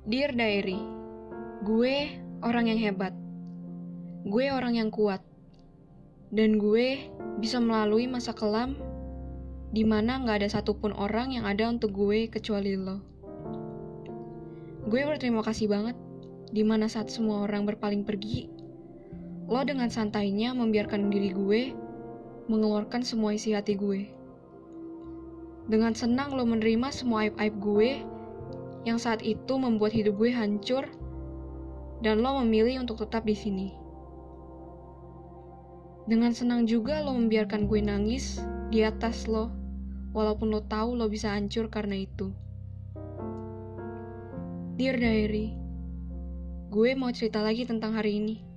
Dear Diary, gue orang yang hebat. Gue orang yang kuat. Dan gue bisa melalui masa kelam di mana gak ada satupun orang yang ada untuk gue kecuali lo. Gue berterima kasih banget di mana saat semua orang berpaling pergi, lo dengan santainya membiarkan diri gue mengeluarkan semua isi hati gue. Dengan senang lo menerima semua aib-aib gue yang saat itu membuat hidup gue hancur, dan lo memilih untuk tetap di sini. Dengan senang juga lo membiarkan gue nangis di atas lo, walaupun lo tahu lo bisa hancur karena itu. Dear Diary, gue mau cerita lagi tentang hari ini.